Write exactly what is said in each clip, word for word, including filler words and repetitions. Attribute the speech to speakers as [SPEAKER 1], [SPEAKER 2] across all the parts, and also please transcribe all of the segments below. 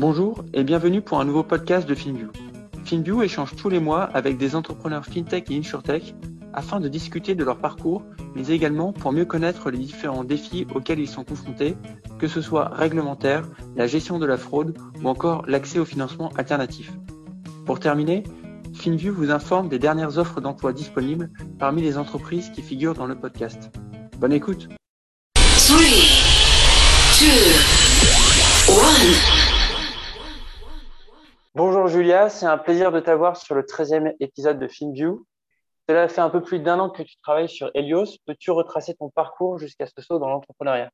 [SPEAKER 1] Bonjour et bienvenue pour un nouveau podcast de FinView. FinView échange tous les mois avec des entrepreneurs FinTech et InsurTech afin de discuter de leur parcours, mais également pour mieux connaître les différents défis auxquels ils sont confrontés, que ce soit réglementaire, la gestion de la fraude ou encore l'accès au financement alternatif. Pour terminer, FinView vous informe des dernières offres d'emploi disponibles parmi les entreprises qui figurent dans le podcast. Bonne écoute.
[SPEAKER 2] trois, deux, un.
[SPEAKER 1] Bonjour Julia, c'est un plaisir de t'avoir sur le treizième épisode de FinView. Cela fait un peu plus d'un an que tu travailles sur Helios. Peux-tu retracer ton parcours jusqu'à ce saut dans l'entrepreneuriat?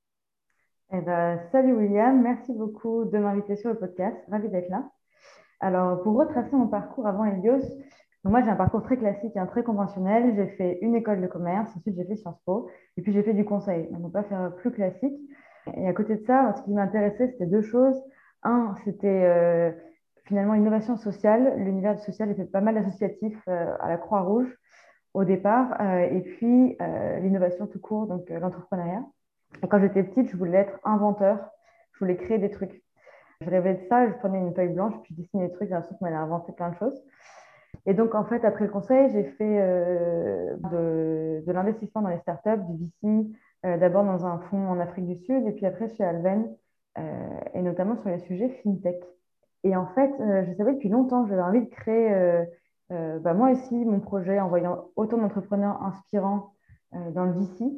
[SPEAKER 3] Eh ben, salut William, merci beaucoup de m'inviter sur le podcast, ravi d'être là. Alors, pour retracer mon parcours avant Helios, donc moi j'ai un parcours très classique, hein, très conventionnel. J'ai fait une école de commerce, ensuite j'ai fait Sciences Po, et puis j'ai fait du conseil. Donc, on ne peut pas faire plus classique. Et à côté de ça, ce qui m'intéressait, c'était deux choses. Un, c'était euh, finalement l'innovation sociale. L'univers du social était pas mal associatif euh, à la Croix-Rouge au départ, euh, et puis euh, l'innovation tout court, donc euh, l'entrepreneuriat. Et quand j'étais petite, je voulais être inventeur, je voulais créer des trucs. Je rêvais de ça, je prenais une feuille blanche, puis je dessinais des trucs, j'ai l'impression qu'on allait inventer plein de choses. Et donc, en fait, après le conseil, j'ai fait euh, de, de l'investissement dans les startups, du V C, euh, d'abord dans un fonds en Afrique du Sud, et puis après chez Alven, euh, et notamment sur les sujets FinTech. Et en fait, euh, je savais depuis longtemps que j'avais envie de créer, euh, euh, bah, moi aussi, mon projet en voyant autant d'entrepreneurs inspirants euh, dans le V C.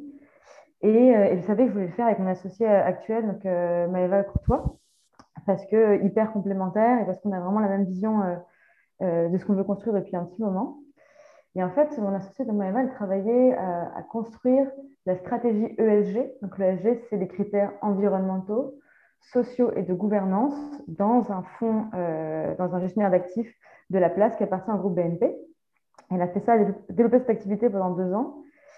[SPEAKER 3] Et, euh, et je savais que je voulais le faire avec mon associé actuel, donc euh, Maëva Courtois, parce que euh, hyper complémentaire et parce qu'on a vraiment la même vision euh, euh, de ce qu'on veut construire depuis un petit moment. Et en fait, mon associé de Maëva, elle travaillait à, à construire la stratégie E S G. Donc l'E S G, c'est les critères environnementaux, sociaux et de gouvernance dans un fonds, euh, dans un gestionnaire d'actifs de la place qui appartient au groupe B N P. Elle a fait ça, elle a développé cette activité pendant deux ans.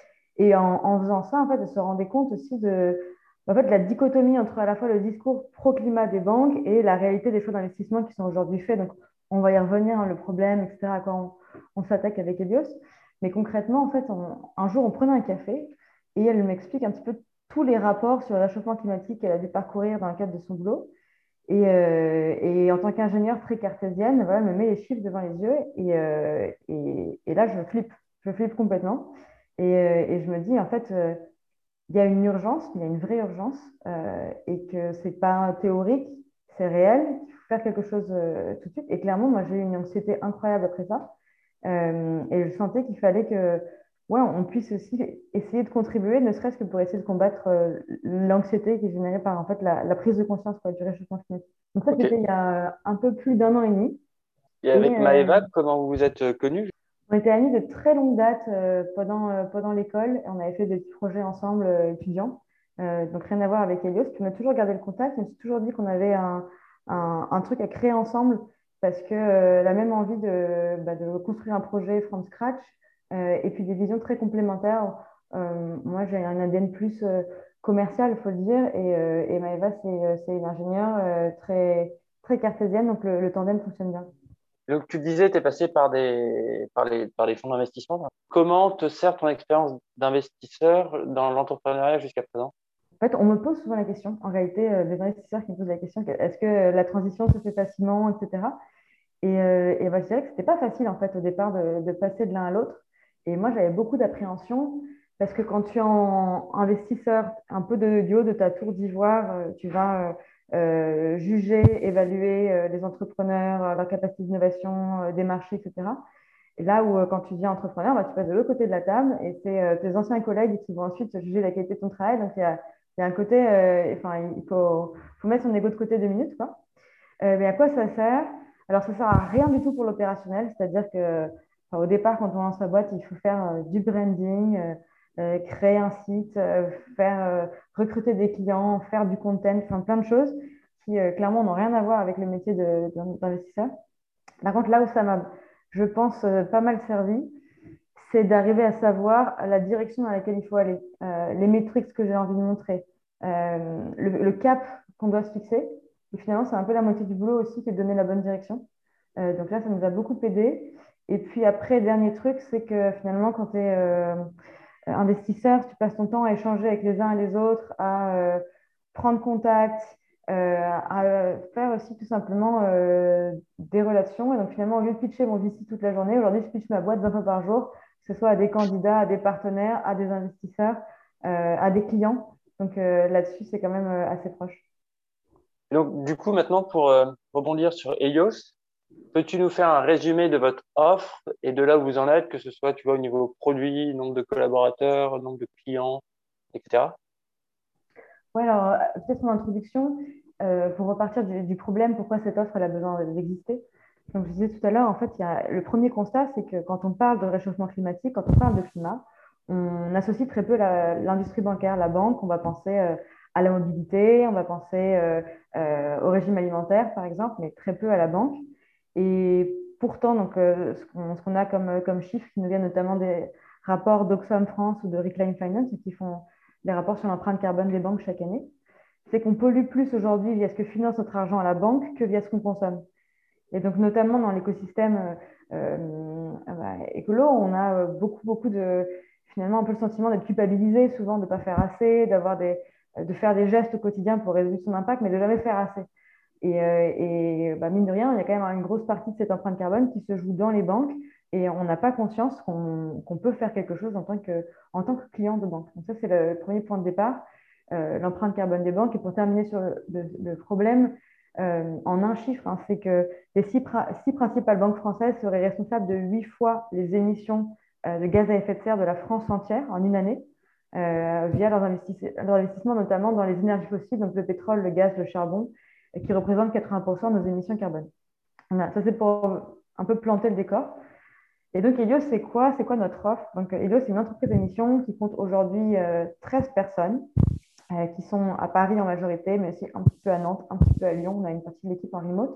[SPEAKER 3] Et en, en faisant ça, en fait, elle se rendait compte aussi de, en fait, de la dichotomie entre à la fois le discours pro-climat des banques et la réalité des choix d'investissement qui sont aujourd'hui faits. Donc, on va y revenir, hein, le problème, et cetera, quand on, on s'attaque avec Helios. Mais concrètement, en fait, on, un jour, on prenait un café et elle m'explique un petit peu tous les rapports sur le réchauffement climatique qu'elle a dû parcourir dans le cadre de son boulot. Et, euh, et en tant qu'ingénieure très cartésienne, voilà, elle me met les chiffres devant les yeux et, euh, et, et là, je flippe. Je flippe complètement. Et, euh, et je me dis, en fait, euh, il y a une urgence, il y a une vraie urgence, euh, et que c'est pas théorique, c'est réel, il faut faire quelque chose euh, tout de suite. Et clairement, moi, j'ai eu une anxiété incroyable après ça. Euh, et je sentais qu'il fallait que, ouais, on puisse aussi essayer de contribuer, ne serait-ce que pour essayer de combattre euh, l'anxiété qui est générée par en fait, la, la prise de conscience quoi, du réchauffement climatique. Donc ça,
[SPEAKER 1] Ok.
[SPEAKER 3] c'était il y a un peu plus d'un an et demi.
[SPEAKER 1] Et
[SPEAKER 3] Et
[SPEAKER 1] avec
[SPEAKER 3] euh,
[SPEAKER 1] Maëva, comment vous vous êtes euh, connus?
[SPEAKER 3] on était amis de très longue date euh, pendant, euh, pendant l'école. On avait fait des petits projets ensemble, euh, étudiants. Euh, donc rien à voir avec Helios. Puis on a toujours gardé le contact. On s'est toujours dit qu'on avait un, un, un truc à créer ensemble parce que euh, la même envie de, bah, de construire un projet from scratch euh, et puis des visions très complémentaires. Euh, moi, j'ai un A D N plus euh, commercial, il faut le dire. Et, euh, et Maëva, c'est euh, c'est une ingénieure euh, très, très cartésienne. Donc le, le tandem fonctionne bien.
[SPEAKER 1] Donc, tu disais, tu es passé par des, par les, par les fonds d'investissement. Comment te sert ton expérience d'investisseur dans l'entrepreneuriat jusqu'à présent?
[SPEAKER 3] En fait, on me pose souvent la question, en réalité, euh, des investisseurs qui me posent la question, est-ce que euh, la transition se fait facilement, et cetera. Et, euh, et bah, je dirais que c'était pas facile, en fait, au départ, de, de passer de l'un à l'autre. Et moi, j'avais beaucoup d'appréhension, parce que quand tu es en investisseur, un peu de, du haut de ta tour d'ivoire, euh, tu vas euh, euh, juger, évaluer euh, les entrepreneurs, euh, leur capacité d'innovation, euh, des marchés, et cetera. Et là où, euh, quand tu deviens entrepreneur, bah, tu passes de l'autre côté de la table et c'est euh, tes anciens collègues qui vont ensuite juger la qualité de ton travail. Donc, il y a, il y a un côté, euh, enfin, il faut, faut mettre son ego de côté deux minutes, quoi. Euh, mais à quoi ça sert? Alors, ça sert à rien du tout pour l'opérationnel, c'est-à-dire que, enfin, au départ, quand on lance sa boîte, il faut faire euh, du branding, euh, euh, créer un site, euh, faire euh, recruter des clients, faire du content, enfin, plein de choses qui, euh, clairement, n'ont rien à voir avec le métier de- d'investisseur. Par contre, là où ça m'a, je pense, euh, pas mal servi, c'est d'arriver à savoir la direction dans laquelle il faut aller, euh, les métriques que j'ai envie de montrer, euh, le, le cap qu'on doit se fixer. Et finalement, c'est un peu la moitié du boulot aussi que de donner la bonne direction. Euh, donc là, ça nous a beaucoup aidé. Et puis après, dernier truc, c'est que finalement, quand tu es euh, investisseur, tu passes ton temps à échanger avec les uns et les autres, à euh, prendre contact, euh, à faire aussi tout simplement euh, des relations. Et donc finalement, au lieu de pitcher mon V C toute la journée, aujourd'hui, je pitch ma boîte vingt fois par jour, que ce soit à des candidats, à des partenaires, à des investisseurs, euh, à des clients. Donc euh, là-dessus, c'est quand même euh, assez proche.
[SPEAKER 1] Donc, du coup, maintenant, pour euh, rebondir sur Helios, peux-tu nous faire un résumé de votre offre et de là où vous en êtes, que ce soit, tu vois, au niveau produit, nombre de collaborateurs, nombre de clients, et cetera.
[SPEAKER 3] Ouais, alors euh, peut-être mon introduction, euh, pour repartir du, du problème, pourquoi cette offre elle a besoin d'exister. Donc, je disais tout à l'heure, en fait, il y a, le premier constat, c'est que quand on parle de réchauffement climatique, quand on parle de climat, on associe très peu la- l'industrie bancaire, la banque. On va penser euh, à la mobilité, on va penser euh, euh, au régime alimentaire, par exemple, mais très peu à la banque. Et pourtant, donc, euh, ce qu'on ce qu'on a comme, comme chiffres qui nous viennent notamment des rapports d'Oxfam France ou de Reclaim Finance, qui font des rapports sur l'empreinte carbone des banques chaque année, c'est qu'on pollue plus aujourd'hui via ce que finance notre argent à la banque que via ce qu'on consomme. Et donc, notamment dans l'écosystème euh, euh, bah, écolo, on a euh, beaucoup, beaucoup de, finalement, un peu le sentiment d'être culpabilisé, souvent de ne pas faire assez, d'avoir des, de faire des gestes au quotidien pour réduire son impact, mais de jamais faire assez. Et, euh, et bah, mine de rien, il y a quand même une grosse partie de cette empreinte carbone qui se joue dans les banques et on n'a pas conscience qu'on qu'on peut faire quelque chose en tant que, en tant que client de banque. Donc ça, c'est le premier point de départ, euh, l'empreinte carbone des banques. Et pour terminer sur le, le- le problème, euh, en un chiffre, hein, c'est que les six, six principales banques françaises seraient responsables de huit fois les émissions euh, de gaz à effet de serre de la France entière en une année, euh, via leurs, investissements, leurs investissements notamment dans les énergies fossiles, donc le pétrole, le gaz, le charbon, qui représente quatre-vingts pour cent de nos émissions carbone. Voilà, ça, c'est pour un peu planter le décor. Et donc, Helios, c'est quoi? C'est quoi notre offre? Donc, Helios, c'est une entreprise d'émission qui compte aujourd'hui euh, treize personnes, euh, qui sont à Paris en majorité, mais aussi un petit peu à Nantes, un petit peu à Lyon. On a une partie de l'équipe en remote.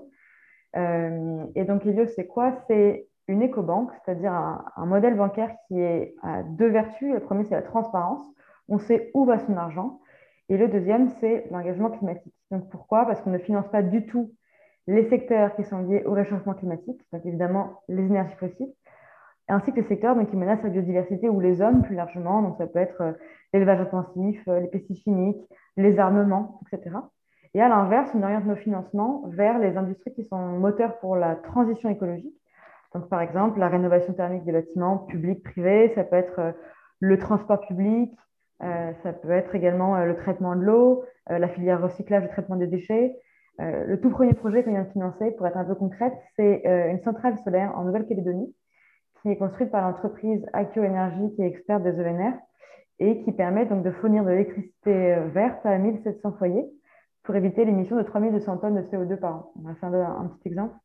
[SPEAKER 3] Euh, et donc, Helios, c'est quoi? C'est une écobanque, c'est-à-dire un, un modèle bancaire qui est à deux vertus. Le premier, c'est la transparence. On sait où va son argent. Et le deuxième, c'est l'engagement climatique. Donc, pourquoi? Parce qu'on ne finance pas du tout les secteurs qui sont liés au réchauffement climatique, donc évidemment les énergies fossiles, ainsi que les secteurs donc, qui menacent la biodiversité ou les hommes plus largement. Donc, ça peut être euh, l'élevage intensif, euh, les pesticides chimiques, les armements, et cetera. Et à l'inverse, on oriente nos financements vers les industries qui sont moteurs pour la transition écologique. Donc, par exemple, la rénovation thermique des bâtiments publics, privés, ça peut être euh, le transport public, euh, ça peut être également euh, le traitement de l'eau, euh, la filière recyclage et traitement des déchets. Euh, le tout premier projet qu'on vient de financer, pour être un peu concrète, c'est euh, une centrale solaire en Nouvelle-Calédonie qui est construite par l'entreprise Akio Energy, qui est experte des E N R et qui permet donc de fournir de l'électricité euh, verte à mille sept cents foyers pour éviter l'émission de trois mille deux cents tonnes de C O deux par an. On va faire un, un petit exemple.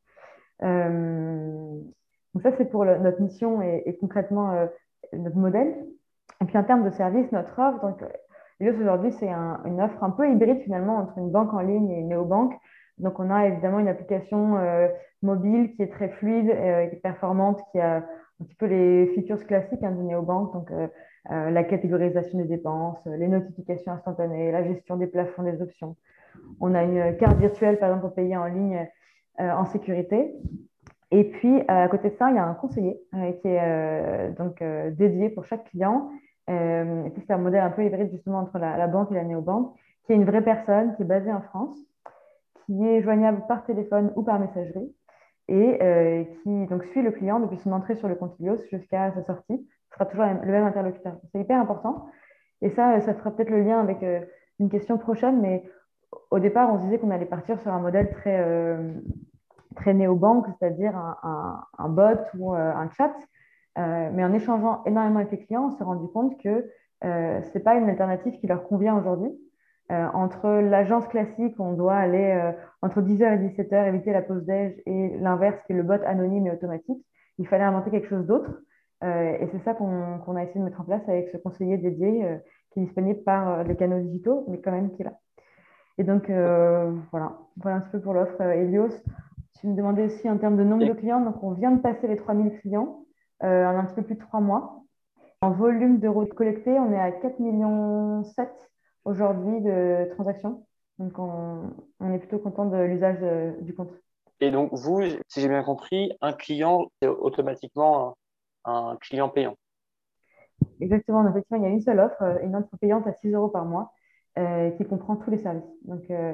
[SPEAKER 3] Euh, donc ça, c'est pour le- notre mission et, et concrètement euh, notre modèle. Et puis en termes de service, notre offre, donc Helios aujourd'hui, c'est un- une offre un peu hybride finalement entre une banque en ligne et une néobanque. Donc on a évidemment une application euh, mobile qui est très fluide, euh, qui est performante, qui a un petit peu les features classiques hein, d'une néobanque, donc euh, euh, la catégorisation des dépenses, les notifications instantanées, la gestion des plafonds des options. On a une carte virtuelle, par exemple, pour payer en ligne euh, en sécurité. Et puis, euh, à côté de ça, il y a un conseiller euh, qui est euh, donc euh, dédié pour chaque client. Euh, et puis, c'est un modèle un peu hybride justement entre la, la banque et la néobanque, qui est une vraie personne qui est basée en France, qui est joignable par téléphone ou par messagerie et euh, qui donc suit le client depuis son entrée sur le compte Ilios jusqu'à sa sortie. Ce sera toujours le même interlocuteur. C'est hyper important. Et ça, ça fera peut-être le lien avec euh, une question prochaine, mais au départ, on se disait qu'on allait partir sur un modèle très, euh, très néobanque, c'est-à-dire un, un, un bot ou euh, un chat. Euh, mais en échangeant énormément avec les clients, on s'est rendu compte que euh, ce n'est pas une alternative qui leur convient aujourd'hui. Euh, entre l'agence classique, on doit aller euh, entre dix heures et dix-sept heures, éviter la pause déj, et l'inverse, qui est le bot anonyme et automatique, il fallait inventer quelque chose d'autre. Euh, et c'est ça qu'on qu'on a essayé de mettre en place avec ce conseiller dédié euh, qui est disponible par euh, les canaux digitaux, mais quand même qui est là. Et donc, euh, voilà. Voilà un petit peu pour l'offre euh, Helios. Tu me demandais aussi en termes de nombre de
[SPEAKER 1] Et,
[SPEAKER 3] clients. Donc, on vient de passer les trois mille clients euh, en un petit peu plus de trois mois. En volume d'euros collectés, on est à quatre virgule sept millions aujourd'hui de transactions. Donc, on, on est plutôt content de l'usage de- du compte.
[SPEAKER 1] et donc, vous, si j'ai bien compris, un client, c'est automatiquement un, un client payant.
[SPEAKER 3] Exactement. Effectivement, il y a une seule offre, euh, une offre payante à six euros par mois, euh, qui comprend tous les services. Donc, euh,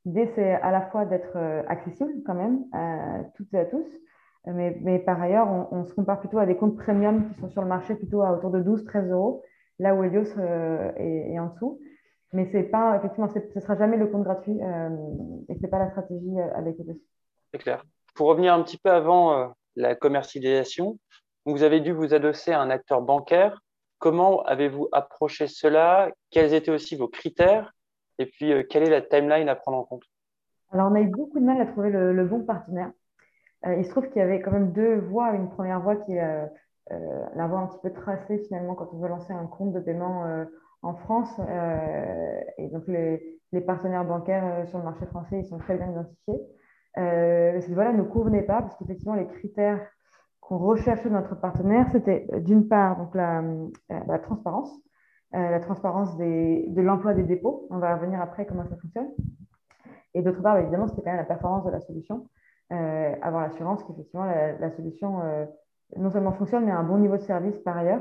[SPEAKER 3] L'idée, c'est à la fois d'être euh, accessible quand même à toutes et à tous, mais, mais par ailleurs, on, on se compare plutôt à des comptes premium qui sont sur le marché plutôt à autour de douze treize euros, là où Helios euh, est, est en dessous. Mais c'est pas, effectivement, c'est- ce ne sera jamais le compte gratuit euh, et ce n'est pas la stratégie euh, avec Helios.
[SPEAKER 1] C'est clair. Pour revenir un petit peu avant euh, la commercialisation, vous avez dû vous adosser à un acteur bancaire. Comment avez-vous approché cela? Quels étaient aussi vos critères? Et puis, euh, quelle est la timeline à prendre en compte?
[SPEAKER 3] Alors, on a eu beaucoup de mal à trouver le, le bon partenaire. Euh, il se trouve qu'il y avait quand même deux voies. Une première voie qui est euh, euh, la voie un petit peu tracée finalement quand on veut lancer un compte de paiement euh, en France. Euh, et donc les, les partenaires bancaires euh, sur le marché français, ils sont très bien identifiés. Euh, cette voie-là ne nous convenait pas parce qu'effectivement les critères qu'on recherchait de notre partenaire, c'était euh, d'une part donc la, euh, la transparence, euh, la transparence des, de l'emploi des dépôts. On va revenir après comment ça fonctionne. Et d'autre part, évidemment, c'était quand même la performance de la solution. Euh, avoir l'assurance qu'effectivement, la, la solution euh, non seulement fonctionne, mais a un bon niveau de service par ailleurs.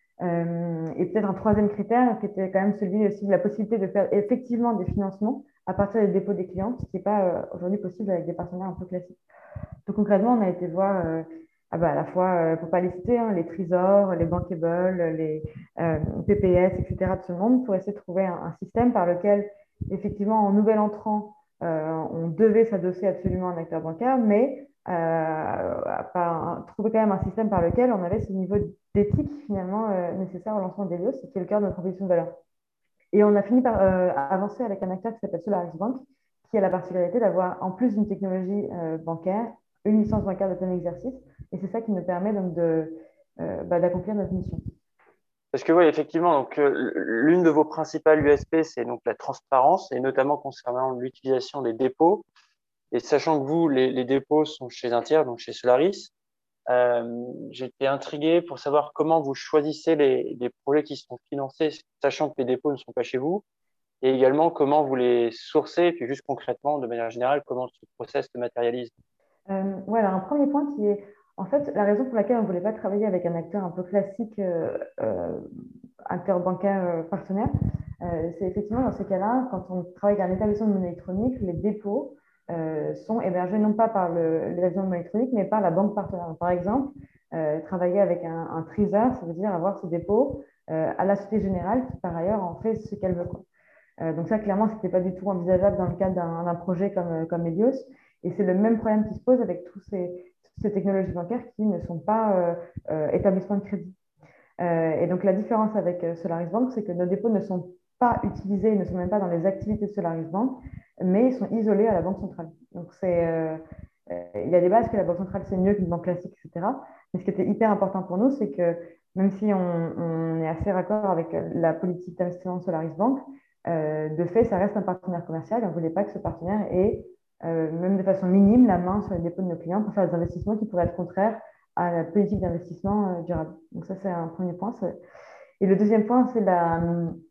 [SPEAKER 3] Euh, et peut-être un troisième critère qui était quand même celui aussi de la possibilité de faire effectivement des financements à partir des dépôts des clients, ce qui n'est pas euh, aujourd'hui possible avec des partenaires un peu classiques. Donc concrètement, on a été voir euh, ah bah, à la fois, euh, pour ne pas les citer, hein, les Trésors, les Bankable, les euh, P P S, et cetera de ce monde, pour essayer de trouver un, un système par lequel, effectivement, en nouvel entrant, euh, on devait s'adosser absolument à un acteur bancaire, mais euh, par, trouver quand même un système par lequel on avait ce niveau d'éthique finalement euh, nécessaire au lancement d'Helios, qui est le cœur de notre proposition de valeur. Et on a fini par euh, avancer avec un acteur qui s'appelle Solaris Bank, qui a la particularité d'avoir, en plus d'une technologie euh, bancaire, une licence bancaire de plein exercice. Et c'est ça qui nous permet donc de, euh, bah, d'accomplir notre mission.
[SPEAKER 1] Parce que oui, effectivement, donc euh, l'une de vos principales U S P, c'est donc la transparence, et notamment concernant l'utilisation des dépôts. Et sachant que vous, les, les dépôts sont chez un tiers, donc chez Solaris, euh, j'étais intrigué pour savoir comment vous choisissez les, les projets qui sont financés, sachant que les dépôts ne sont pas chez vous, et également comment vous les sourcez, et puis juste concrètement, de manière générale, comment ce process se matérialise.
[SPEAKER 3] Euh, ouais, alors un premier point qui est, en fait, la raison pour laquelle on ne voulait pas travailler avec un acteur un peu classique, euh, euh, acteur bancaire euh, partenaire, euh, c'est effectivement dans ces cas-là, quand on travaille avec un établissement de monnaie électronique, les dépôts euh, sont hébergés non pas par le- l'établissement de monnaie électronique, mais par la banque partenaire. Donc, par exemple, euh, travailler avec un, un Trésor, ça veut dire avoir ses dépôts euh, à la Société Générale, qui par ailleurs en fait ce qu'elle veut, quoi. Euh, donc ça, clairement, ce n'était pas du tout envisageable dans le cadre d'un d'un projet comme, comme Helios. Et c'est le même problème qui se pose avec tous ces, toutes ces technologies bancaires qui ne sont pas euh, euh, établissements de crédit. Euh, et donc la différence avec euh, Solaris Bank, c'est que nos dépôts ne sont pas utilisés, ne sont même pas dans les activités de Solaris Bank, mais ils sont isolés à la Banque centrale. Donc c'est, euh, euh, il y a des bases que la Banque centrale c'est mieux qu'une banque classique, et cetera. Mais ce qui était hyper important pour nous, c'est que même si on, on est assez raccord avec la politique d'investissement de Solaris Bank, euh, de fait, ça reste un partenaire commercial et on ne voulait pas que ce partenaire ait, euh, même de façon minime, la main sur les dépôts de nos clients pour faire des investissements qui pourraient être contraires à la politique d'investissement euh, durable. Donc ça, c'est un premier point. Et le deuxième point, c'est la,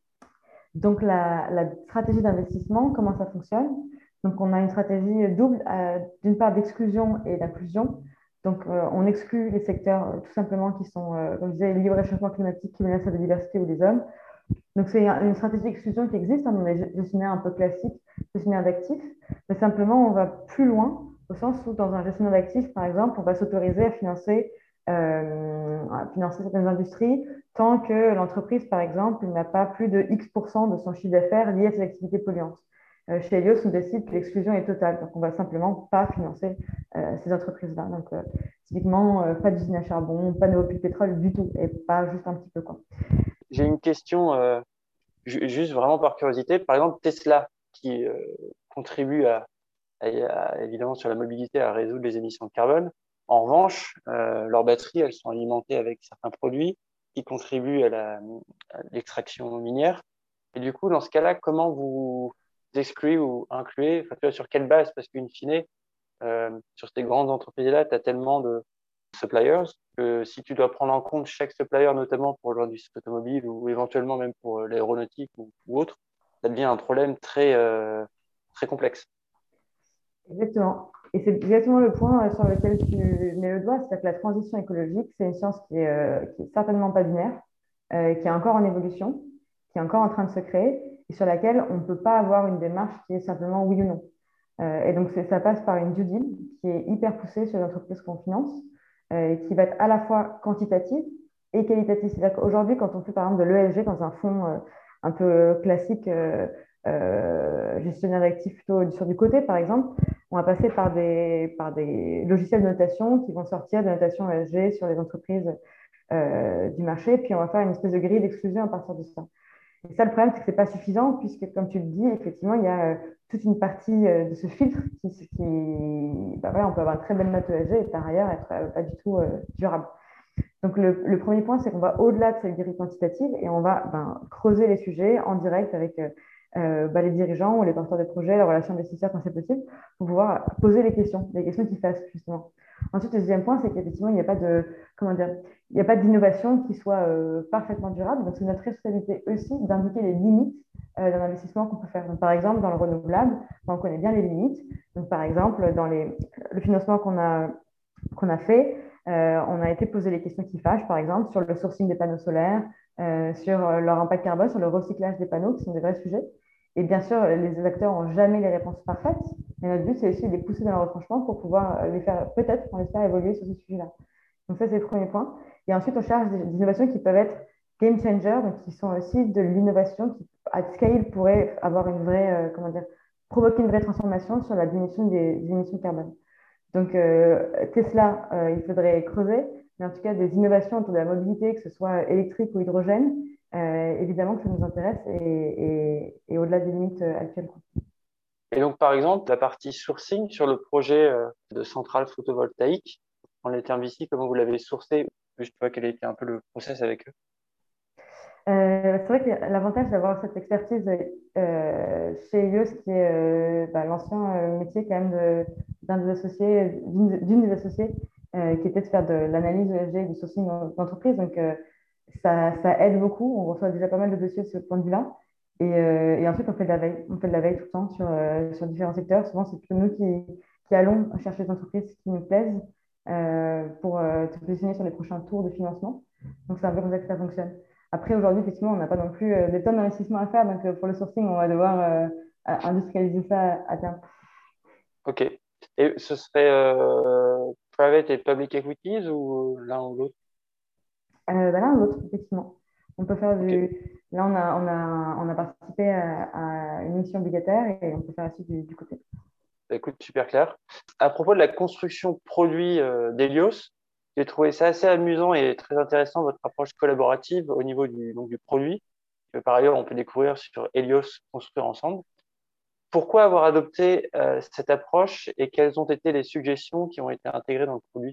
[SPEAKER 3] donc la, la stratégie d'investissement, comment ça fonctionne. Donc on a une stratégie double, euh, d'une part d'exclusion et d'inclusion. Donc euh, on exclut les secteurs euh, tout simplement qui sont, euh, comme je disais, liés au réchauffement climatique qui menacent la biodiversité ou les hommes. Donc, c'est une stratégie d'exclusion qui existe hein, dans les gestionnaires un peu classiques, gestionnaires d'actifs, mais simplement, on va plus loin, au sens où, dans un gestionnaire d'actifs, par exemple, on va s'autoriser à financer, euh, à financer certaines industries tant que l'entreprise, par exemple, n'a pas plus de X pour cent de son chiffre d'affaires lié à ses activités polluantes. Euh, chez Helios, on décide que l'exclusion est totale, donc on va simplement pas financer euh, ces entreprises-là. Donc, euh, typiquement, euh, pas d'usine à charbon, pas de hauts-puits de pétrole du tout, et pas juste un petit peu, quoi.
[SPEAKER 1] J'ai une question, euh, ju- juste vraiment par curiosité. Par exemple, Tesla, qui euh, contribue à, à- à- évidemment sur la mobilité à résoudre les émissions de carbone. En revanche, euh, leurs batteries, elles sont alimentées avec certains produits qui contribuent à la- à l'extraction minière. Et du coup, dans ce cas-là, comment vous excluez ou incluez, enfin, tu vois, sur quelle base? Parce qu'in fine, euh, sur ces grandes entreprises-là, tu as tellement de suppliers que si tu dois prendre en compte chaque supplier, notamment pour l'industrie automobile ou éventuellement même pour l'aéronautique ou, ou autre, ça devient un problème très, euh, très complexe.
[SPEAKER 3] Exactement. Et c'est exactement le point euh, sur lequel tu mets le doigt, c'est-à-dire que la transition écologique, c'est une science qui est, euh, qui est certainement pas binaire, euh, qui est encore en évolution, qui est encore en train de se créer, et sur laquelle on ne peut pas avoir une démarche qui est simplement oui ou non. Euh, et donc, c'est- ça passe par une due deal qui est hyper poussée sur les entreprises qu'on finance, euh, et qui va être à la fois quantitative et qualitative. C'est-à-dire qu'aujourd'hui, quand on fait par exemple de l'E S G dans un fonds euh, un peu classique, euh, euh, gestionnaire d'actifs plutôt sur du côté, par exemple, on va passer par des, par des logiciels de notation qui vont sortir des notations E S G sur les entreprises euh, du marché, puis on va faire une espèce de grille d'exclusion à partir de ça. Et ça, le problème, c'est que ce n'est pas suffisant, puisque, comme tu le dis, effectivement, il y a euh, toute une partie euh, de ce filtre qui, qui bah voilà, on peut avoir une très belle note E S G et par ailleurs être euh, pas du tout euh, durable. Donc, le, le premier point, c'est qu'on va au-delà de cette grille quantitative et on va ben, creuser les sujets en direct avec euh, euh, bah, les dirigeants ou les porteurs de projets, la relation investisseur quand c'est possible, pour pouvoir poser les questions, les questions qui fassent justement. Ensuite, le deuxième point, c'est qu'effectivement, il n'y a pas de, comment dire, il n'y a pas d'innovation qui soit euh, parfaitement durable. Donc, c'est notre responsabilité aussi d'indiquer les limites euh, d'un investissement qu'on peut faire. Donc, par exemple, dans le renouvelable, on connaît bien les limites. Donc, par exemple, dans les, le financement qu'on a, qu'on a fait, euh, on a été posé les questions qui fâchent, par exemple, sur le sourcing des panneaux solaires, euh, sur euh, leur impact carbone, sur le recyclage des panneaux, qui sont des vrais sujets. Et bien sûr, les acteurs n'ont jamais les réponses parfaites, mais notre but, c'est aussi de les pousser dans leur retranchement pour pouvoir les faire, peut-être, on espère, évoluer sur ce sujet-là. Donc ça, c'est le premier point. Et ensuite, on cherche des, des innovations qui peuvent être game changers, donc qui sont aussi de l'innovation qui, à scale, pourrait avoir une vraie, euh, comment dire, provoquer une vraie transformation sur la diminution des, des émissions de carbone. Donc, euh, Tesla, euh, il faudrait creuser, mais en tout cas, des innovations autour de la mobilité, que ce soit électrique ou hydrogène, euh, évidemment que ça nous intéresse et, et, et au-delà des limites euh, actuelles, quoi.
[SPEAKER 1] Et donc, par exemple, la partie sourcing sur le projet euh, de centrale photovoltaïque, en termes ici, comment vous l'avez sourcé? Juste, tu vois, quel a été un peu le process avec eux?
[SPEAKER 3] Euh, c'est vrai que l'avantage d'avoir cette expertise euh, chez Elios, qui est euh, bah, l'ancien euh, métier quand même de- d'un des associés, d'une d'une des associées, euh, qui était de faire de l'analyse E S G et du sourcing d'entreprise. Donc, euh, ça, ça aide beaucoup. On reçoit déjà pas mal de dossiers de ce point de vue-là. Et, euh, et ensuite, on fait de la veille. On fait de la veille tout le temps sur, euh, sur différents secteurs. Souvent, c'est plutôt nous qui, qui allons chercher des entreprises qui nous plaisent euh, pour euh, se positionner sur les prochains tours de financement. Donc, c'est un peu comme ça que ça fonctionne. Après, aujourd'hui, effectivement, on n'a pas non plus euh, des tonnes d'investissements à faire. Donc, euh, pour le sourcing, on va devoir euh, industrialiser ça à, à terme.
[SPEAKER 1] Ok. Et ce serait euh, private et public equities ou l'un ou l'autre?
[SPEAKER 3] Euh, bah, l'un ou l'autre, effectivement. On peut faire
[SPEAKER 1] Ok.
[SPEAKER 3] du. Là, on a, on a, on a participé à, à une mission obligataire et on peut faire aussi du, du côté.
[SPEAKER 1] Bah, écoute, super clair. À propos de la construction produit euh, d'Helios, j'ai trouvé ça assez amusant et très intéressant, votre approche collaborative au niveau du, donc, du produit, que par ailleurs on peut découvrir sur Helios Construire Ensemble. Pourquoi avoir adopté euh, cette approche et quelles ont été les suggestions qui ont été intégrées dans le produit?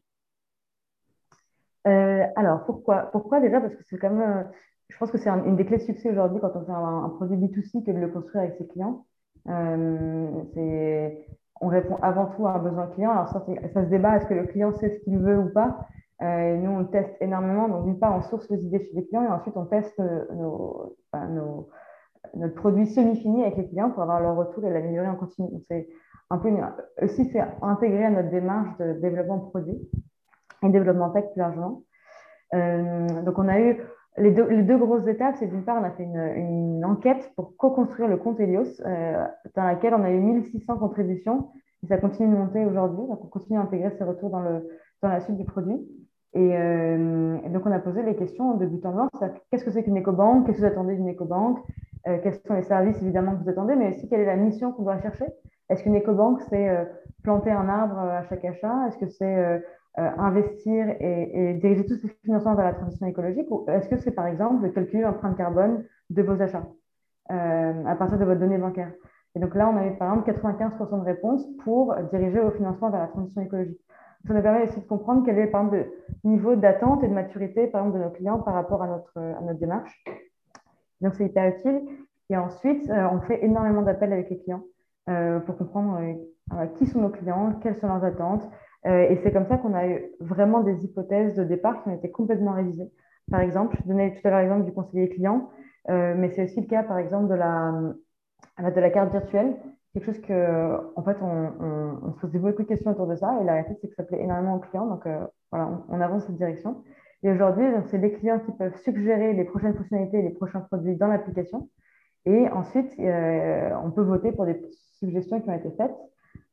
[SPEAKER 3] Euh, alors, pourquoi? Pourquoi déjà? Parce que c'est quand même, euh, je pense que c'est un- une des clés de succès aujourd'hui quand on fait un, un produit B deux C que de le construire avec ses clients. Euh, c'est, on répond avant tout à un besoin client. Alors, ça, c'est- ça se débat, est-ce que le client sait ce qu'il veut ou pas? Euh, et nous, on le teste énormément. Donc, d'une part, on source les idées chez les clients et ensuite, on teste euh, nos, enfin, nos- notre produit semi-fini avec les clients pour avoir leur retour et l'améliorer en continu. Donc, c'est un peu une- aussi, c'est intégré à notre démarche de développement de produit et développement tech plus largement. Euh, donc, on a eu les deux, les deux grosses étapes. C'est d'une part, on a fait une, une enquête pour co-construire le compte Helios, euh, dans laquelle on a eu mille six cents contributions. Et ça continue de monter aujourd'hui. Donc, on continue à intégrer ces retours dans, le, dans la suite du produit. Et, euh, et donc, on a posé les questions de but en blanc. Qu'est-ce que c'est qu'une écobanque? Qu'est-ce que vous attendez d'une écobanque? Euh, quels sont les services, évidemment, que vous attendez? Mais aussi, quelle est la mission qu'on doit chercher? Est-ce qu'une écobanque, c'est euh, planter un arbre à chaque achat? Est-ce que c'est euh, euh, investir et, et diriger tous ces financements vers la transition écologique, ou est-ce que c'est par exemple calculer l'empreinte carbone de vos achats euh, à partir de votre donnée bancaire? Et donc là, on a eu par exemple quatre-vingt-quinze pour cent de réponses pour diriger au financement vers la transition écologique. Ça nous permet aussi de comprendre quel est par exemple le niveau d'attente et de maturité par exemple de nos clients par rapport à notre, à notre démarche. Donc c'est hyper utile. Et ensuite, euh, on fait énormément d'appels avec les clients euh, pour comprendre euh, qui sont nos clients, quelles sont leurs attentes. Euh, et c'est comme ça qu'on a eu vraiment des hypothèses de départ qui ont été complètement révisées. Par exemple, je donnais tout à l'heure l'exemple du conseiller client, euh, mais c'est aussi le cas, par exemple, de la, de la carte virtuelle. Quelque chose que, en fait, on, on, on se posait beaucoup de questions autour de ça. Et la réalité, c'est que ça plaît énormément aux clients. Donc, euh, voilà, on, on avance cette direction. Et aujourd'hui, c'est les clients qui peuvent suggérer les prochaines fonctionnalités et les prochains produits dans l'application. Et ensuite, euh, on peut voter pour des suggestions qui ont été faites.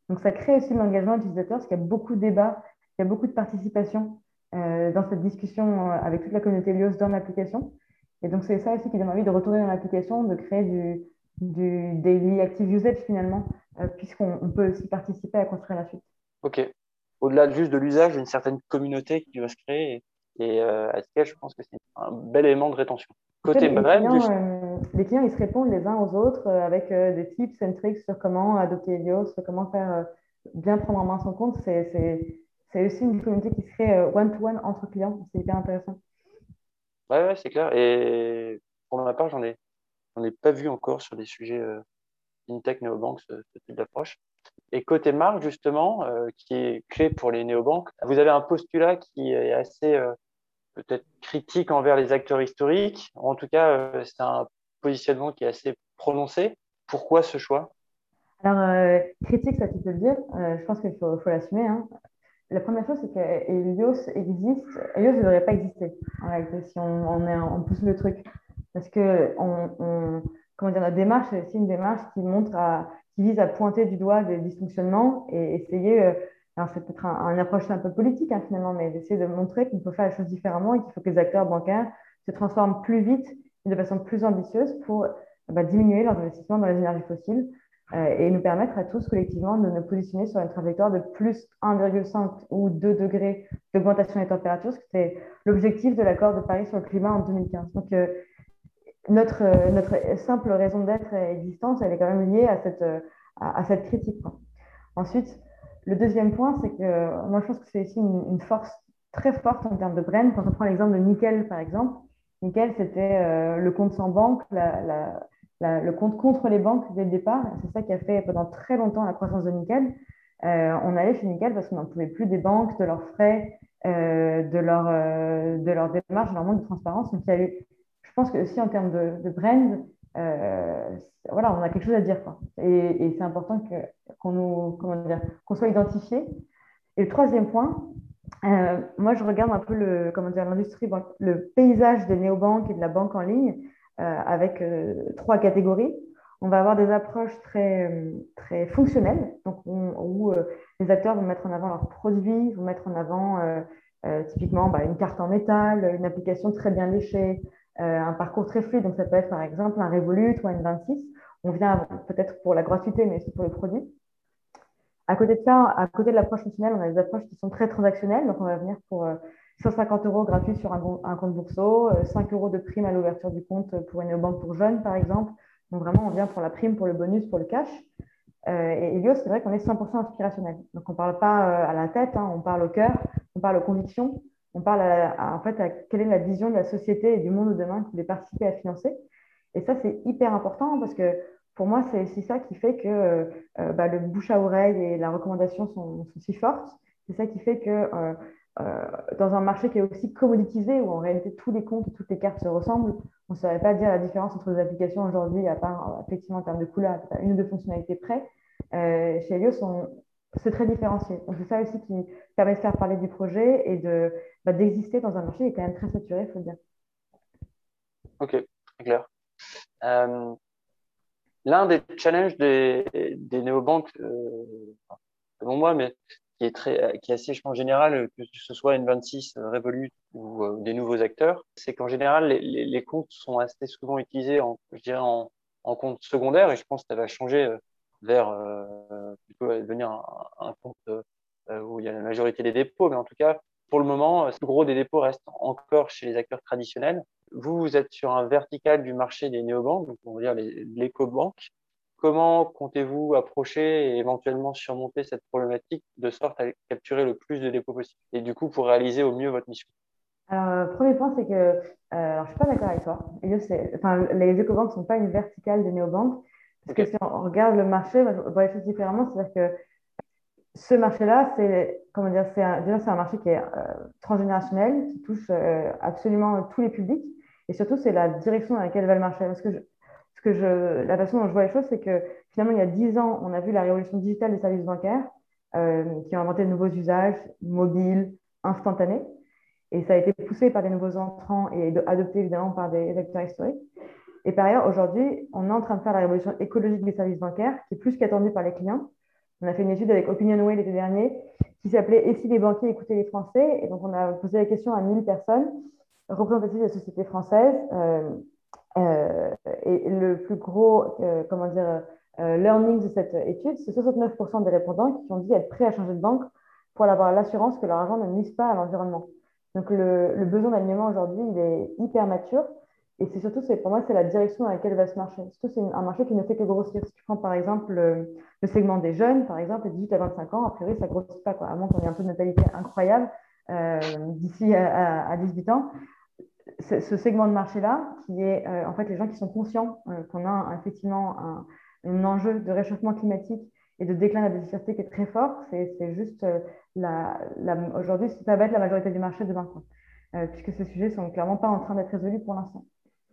[SPEAKER 3] Donc, ça crée aussi de l'engagement utilisateur parce qu'il y a beaucoup de débats, il y a beaucoup de participation euh, dans cette discussion euh, avec toute la communauté Helios dans l'application. Et donc, c'est ça aussi qui donne envie de retourner dans l'application, de créer du, du daily active usage finalement, euh, puisqu'on on peut aussi participer à construire la suite.
[SPEAKER 1] Ok. Au-delà juste de l'usage d'une certaine communauté qui va se créer et, et euh, à laquelle je pense que c'est un bel élément de rétention.
[SPEAKER 3] En fait,
[SPEAKER 1] Côté
[SPEAKER 3] les
[SPEAKER 1] brand,
[SPEAKER 3] clients,
[SPEAKER 1] juste.
[SPEAKER 3] euh, les clients, ils se répondent les uns aux autres euh, avec euh, des tips and tricks sur comment adopter Helios, sur comment faire euh, bien prendre en main son compte. C'est, c'est, c'est aussi une communauté qui se crée euh, one-to-one entre clients. C'est hyper intéressant.
[SPEAKER 1] Ouais, ouais, c'est clair. Et pour ma part, j'en ai, j'en ai pas vu encore sur des sujets euh, fintech, néobanques, ce, ce type d'approche. Et côté marque, justement, euh, qui est clé pour les néobanques, vous avez un postulat qui est assez euh, peut-être critique envers les acteurs historiques. En tout cas, euh, c'est un positionnement qui est assez prononcé. Pourquoi ce choix?
[SPEAKER 3] Alors, euh, critique, ça tu peux le dire. Euh, je pense qu'il faut, faut l'assumer, hein. La première chose, c'est que Helios existe. Helios ne devrait pas exister, en réalité, si on, on, est, on pousse le truc. Parce que on, on- comment dire, notre démarche, c'est aussi une démarche qui montre à, qui vise à pointer du doigt des dysfonctionnements et essayer, euh, alors c'est peut-être un, une approche un peu politique hein, finalement, mais d'essayer de montrer qu'on peut faire les choses différemment et qu'il faut que les acteurs bancaires se transforment plus vite et de façon plus ambitieuse pour bah, diminuer leurs investissements dans les énergies fossiles euh, et nous permettre à tous collectivement de nous positionner sur une trajectoire de plus un virgule cinq ou deux degrés d'augmentation des températures, ce qui était l'objectif de l'accord de Paris sur le climat en deux mille quinze. Donc, euh, notre, euh, notre simple raison d'être et existence, elle est quand même liée à cette, euh, à, à cette critique, quoi. Ensuite, le deuxième point, c'est que moi, je pense que c'est aussi une, une force très forte en termes de brand. Quand on prend l'exemple de Nickel, par exemple, Nickel, c'était euh, le compte sans banque, la, la, la, le compte contre les banques dès le départ. C'est ça qui a fait pendant très longtemps la croissance de Nickel. Euh, on allait chez Nickel parce qu'on n'en pouvait plus des banques, de leurs frais, euh, de, leur, euh, de leur démarche, de leur manque de transparence. Donc, il y a eu, je pense que aussi en termes de, de brand, euh, voilà, on a quelque chose à dire, quoi. Et, et c'est important que, qu'on nous, comment dire, qu'on soit identifié. Et le troisième point, euh, moi, je regarde un peu le, comment dire, l'industrie, le paysage des néobanques et de la banque en ligne euh, avec euh, trois catégories. On va avoir des approches très, très fonctionnelles, donc on- où euh, les acteurs vont mettre en avant leurs produits, vont mettre en avant euh, euh, typiquement bah, une carte en métal, une application très bien léchée, euh, un parcours très fluide. Donc ça peut être par exemple un Revolut ou un vingt-six. On vient peut-être pour la gratuité, mais aussi pour le produit. À côté de ça, à côté de l'approche fonctionnelle, on a des approches qui sont très transactionnelles. Donc, on va venir pour euh, cent cinquante euros gratuits sur un, bon- un compte Bourseau, euh, cinq euros de prime à l'ouverture du compte pour une banque pour jeunes, par exemple. Donc, vraiment, on vient pour la prime, pour le bonus, pour le cash. Euh, et Elios, c'est vrai qu'on est cent pour cent inspirationnel. Donc, on ne parle pas euh, à la tête, hein, on parle au cœur, on parle aux convictions, on parle à, à- en fait à quelle est la vision de la société et du monde de demain que vous voulez participer à financer. Et ça, c'est hyper important parce que pour moi, c'est aussi ça qui fait que euh, euh, bah, le bouche à oreille et la recommandation sont, sont si fortes. C'est ça qui fait que euh, euh, dans un marché qui est aussi commoditisé, où en réalité tous les comptes et toutes les cartes se ressemblent, on ne saurait pas dire la différence entre les applications aujourd'hui, à part euh, effectivement en termes de couleur, une ou deux fonctionnalités près. Euh, chez Helios, on- c'est très différencié. Donc c'est ça aussi qui permet de faire parler du projet et de, bah, d'exister dans un marché qui est quand même très saturé, il faut le dire.
[SPEAKER 1] Ok, très clair. Euh, L'un des challenges des, des néobanques, euh, enfin, selon moi, mais qui est très, qui est assez, je pense, général, que ce soit N vingt-six, euh, Revolut ou euh, des nouveaux acteurs, c'est qu'en général, les, les, les comptes sont assez souvent utilisés en, je dirais, en, en compte secondaire, et je pense que ça va changer euh, vers euh, plutôt euh, devenir un, un compte euh, où il y a la majorité des dépôts, mais en tout cas, pour le moment, le gros des dépôts reste encore chez les acteurs traditionnels. Vous, vous êtes sur un vertical du marché des néobanques, donc on va dire les, l'écobanque. Comment comptez-vous approcher et éventuellement surmonter cette problématique de sorte à capturer le plus de dépôts possible et du coup pour réaliser au mieux votre mission?
[SPEAKER 3] Alors, euh, premier point, c'est que euh, alors, je ne suis pas d'accord avec toi. Helios, c'est- enfin, les écobanques ne sont pas une verticale des néobanques. Parce que
[SPEAKER 1] Ok,
[SPEAKER 3] si on regarde le marché, moi, je vois les choses différemment. C'est-à-dire que ce marché-là, c'est comment dire, c'est un- déjà c'est un marché qui est euh, transgénérationnel, qui touche euh, absolument tous les publics, et surtout c'est la direction dans laquelle va le marché. Parce que je, ce que je, la façon dont je vois les choses, c'est que finalement il y a dix ans, on a vu la révolution digitale des services bancaires, euh, qui ont inventé de nouveaux usages mobiles, instantanés, et ça a été poussé par des nouveaux entrants et de- adopté évidemment par des acteurs historiques. Et par ailleurs, aujourd'hui, on est en train de faire la révolution écologique des services bancaires, qui est plus qu'attendue par les clients. On a fait une étude avec OpinionWay l'été dernier qui s'appelait « Et si les banquiers écoutaient les Français ?» Et donc, on a posé la question à mille personnes représentatives de la société française. Euh, euh, et le plus gros, euh, comment dire, euh, learning de cette étude, c'est soixante-neuf pour cent des répondants qui ont dit être prêts à changer de banque pour avoir l'assurance que leur argent ne nuise pas à l'environnement. Donc, le, le besoin d'alignement aujourd'hui, il est hyper mature. Et c'est surtout, c'est, pour moi, c'est la direction dans laquelle va ce marché. Surtout, c'est un marché qui ne fait que grossir. Si tu prends par exemple le, le segment des jeunes, par exemple, les dix-huit à vingt-cinq ans, a priori, ça ne grossit pas, quoi, à moins qu'on ait un taux de natalité incroyable euh, d'ici à, à, à dix-huit ans. Ce, ce segment de marché-là, qui est euh, en fait les gens qui sont conscients euh, qu'on a un, effectivement un, un enjeu de réchauffement climatique et de déclin de la biodiversité qui est très fort, c'est, c'est juste euh, la, la, aujourd'hui, ça va être la majorité du marché demain, quoi, euh, puisque ces sujets ne sont clairement pas en train d'être résolus pour l'instant.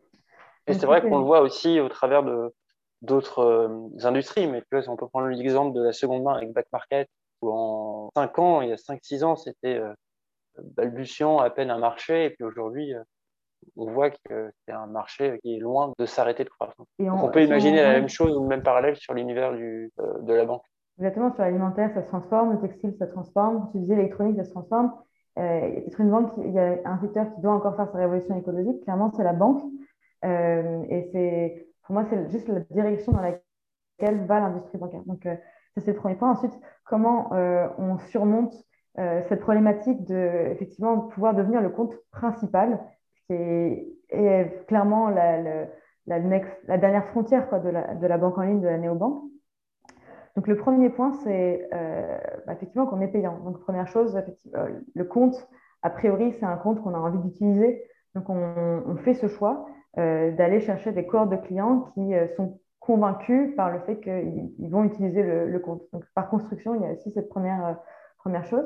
[SPEAKER 1] Et c'est vrai qu'on le voit aussi au travers de, d'autres euh, industries, mais tu vois, on peut prendre l'exemple de la seconde main avec Back Market, où en cinq ans, il y a cinq six ans, c'était euh, balbutiant, à peine un marché, et puis aujourd'hui, euh, on voit que c'est un marché qui est loin de s'arrêter de croître. Et on, Donc on peut imaginer on, la ouais. même chose ou le même parallèle sur l'univers du, euh, de la banque.
[SPEAKER 3] Exactement, sur l'alimentaire, ça se transforme, le textile, ça se transforme, tu disais l'électronique, ça se transforme. Euh, il y a peut-être une banque, qui, il y a un secteur qui doit encore faire sa révolution écologique, clairement, c'est la banque. Euh, et c'est, pour moi, c'est juste la direction dans laquelle va l'industrie bancaire. Donc, euh, ça, c'est le premier point. Ensuite, comment euh, on surmonte euh, cette problématique de, effectivement, de pouvoir devenir le compte principal, qui est, est clairement la, la, la, next, la dernière frontière, quoi, de, la, de la banque en ligne, de la néobanque. Donc, le premier point, c'est euh, bah, effectivement qu'on est payant. Donc, première chose, effectivement, le compte, a priori, c'est un compte qu'on a envie d'utiliser. Donc, on, on fait ce choix euh, d'aller chercher des cohortes de clients qui euh, sont convaincus par le fait qu'ils ils vont utiliser le, le compte. Donc, par construction, il y a aussi cette première, euh, première chose.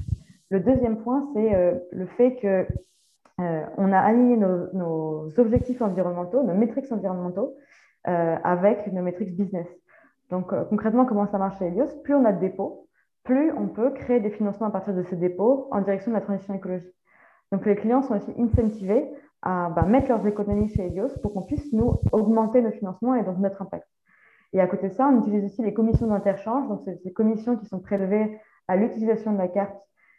[SPEAKER 3] Le deuxième point, c'est euh, le fait que euh, on a aligné nos, nos objectifs environnementaux, nos métriques environnementaux, euh, avec nos métriques business. Donc, euh, concrètement, comment ça marche chez Helios? Plus on a de dépôts, plus on peut créer des financements à partir de ces dépôts en direction de la transition écologique. Donc, les clients sont aussi incentivés à bah, mettre leurs économies chez Helios pour qu'on puisse, nous, augmenter nos financements et donc notre impact. Et à côté de ça, on utilise aussi les commissions d'interchange. Donc, c'est ces commissions qui sont prélevées à l'utilisation de la carte.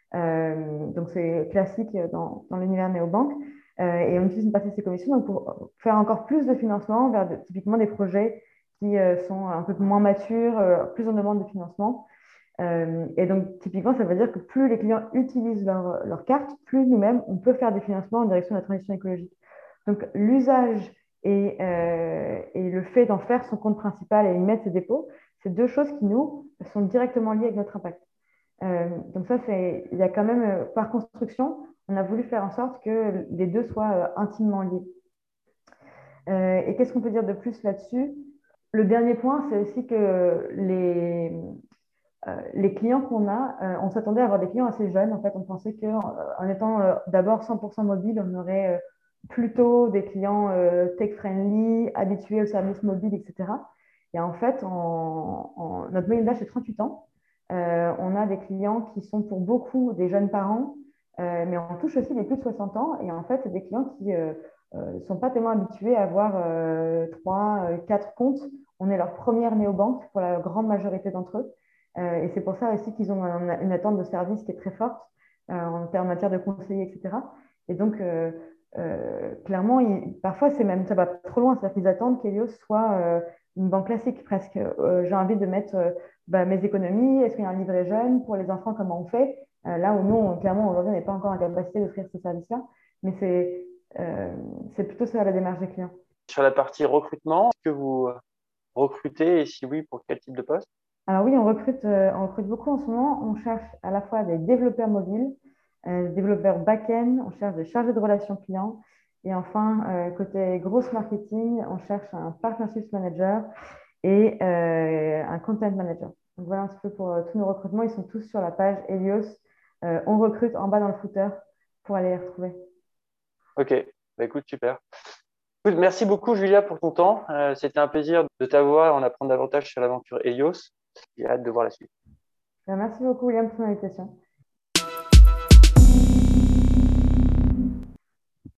[SPEAKER 3] Euh, donc, c'est classique dans, dans l'univers néobanque. Euh, et on utilise une partie de ces commissions donc, pour faire encore plus de financement vers de, typiquement des projets qui euh, sont un peu moins matures, euh, plus en demande de financement. Euh, et donc, typiquement, ça veut dire que plus les clients utilisent leur, leur carte, plus nous-mêmes, on peut faire des financements en direction de la transition écologique. Donc, l'usage et, euh, et le fait d'en faire son compte principal et y mettre ses dépôts, c'est deux choses qui, nous, sont directement liées avec notre impact. Euh, donc ça, c'est, il y a quand même, euh, par construction, on a voulu faire en sorte que les deux soient euh, intimement liés. Euh, et qu'est-ce qu'on peut dire de plus là-dessus? Le dernier point, c'est aussi que les, euh, les clients qu'on a, euh, on s'attendait à avoir des clients assez jeunes. En fait, on pensait qu'en en étant euh, d'abord cent pour cent mobile, on aurait euh, plutôt des clients euh, tech-friendly, habitués aux services mobiles, et cetera. Et en fait, en, en, notre moyenne d'âge, c'est trente-huit ans. Euh, on a des clients qui sont pour beaucoup des jeunes parents, euh, mais on touche aussi des plus de soixante ans. Et en fait, c'est des clients qui ne euh, euh, sont pas tellement habitués à avoir euh, trois, quatre comptes. On est leur première néobanque pour la grande majorité d'entre eux. Euh, et c'est pour ça aussi qu'ils ont un, une attente de service qui est très forte euh, en, en matière de conseillers, et cetera. Et donc, euh, euh, clairement, il, parfois, c'est même, ça va trop loin. C'est-à-dire qu'ils attendent qu'Helios soit euh, une banque classique presque. Euh, j'ai envie de mettre euh, bah, mes économies. Est-ce qu'il y a un livret jeune pour les enfants? Comment on fait? euh, Là où nous, on, clairement, aujourd'hui, on n'est pas encore en capacité d'offrir ce service-là. Mais c'est, euh, c'est plutôt ça la démarche des clients.
[SPEAKER 1] Sur la partie recrutement, est-ce que vous recrutez et si oui, pour quel type de poste?
[SPEAKER 3] Alors oui, on recrute, euh, on recrute beaucoup en ce moment. On cherche à la fois des développeurs mobiles, euh, des développeurs back-end, on cherche des chargés de relations clients. Et enfin, euh, côté grosse marketing, on cherche un partnerships manager et euh, un content manager. Donc voilà un petit peu pour euh, tous nos recrutements. Ils sont tous sur la page Helios. Euh, on recrute en bas dans le footer pour aller les retrouver.
[SPEAKER 1] Ok, bah, écoute, super. Écoute, merci beaucoup, Julia, pour ton temps. Euh, c'était un plaisir de t'avoir et en apprendre davantage sur l'aventure Helios. J'ai hâte de voir la suite.
[SPEAKER 3] Merci beaucoup, William, pour l'invitation.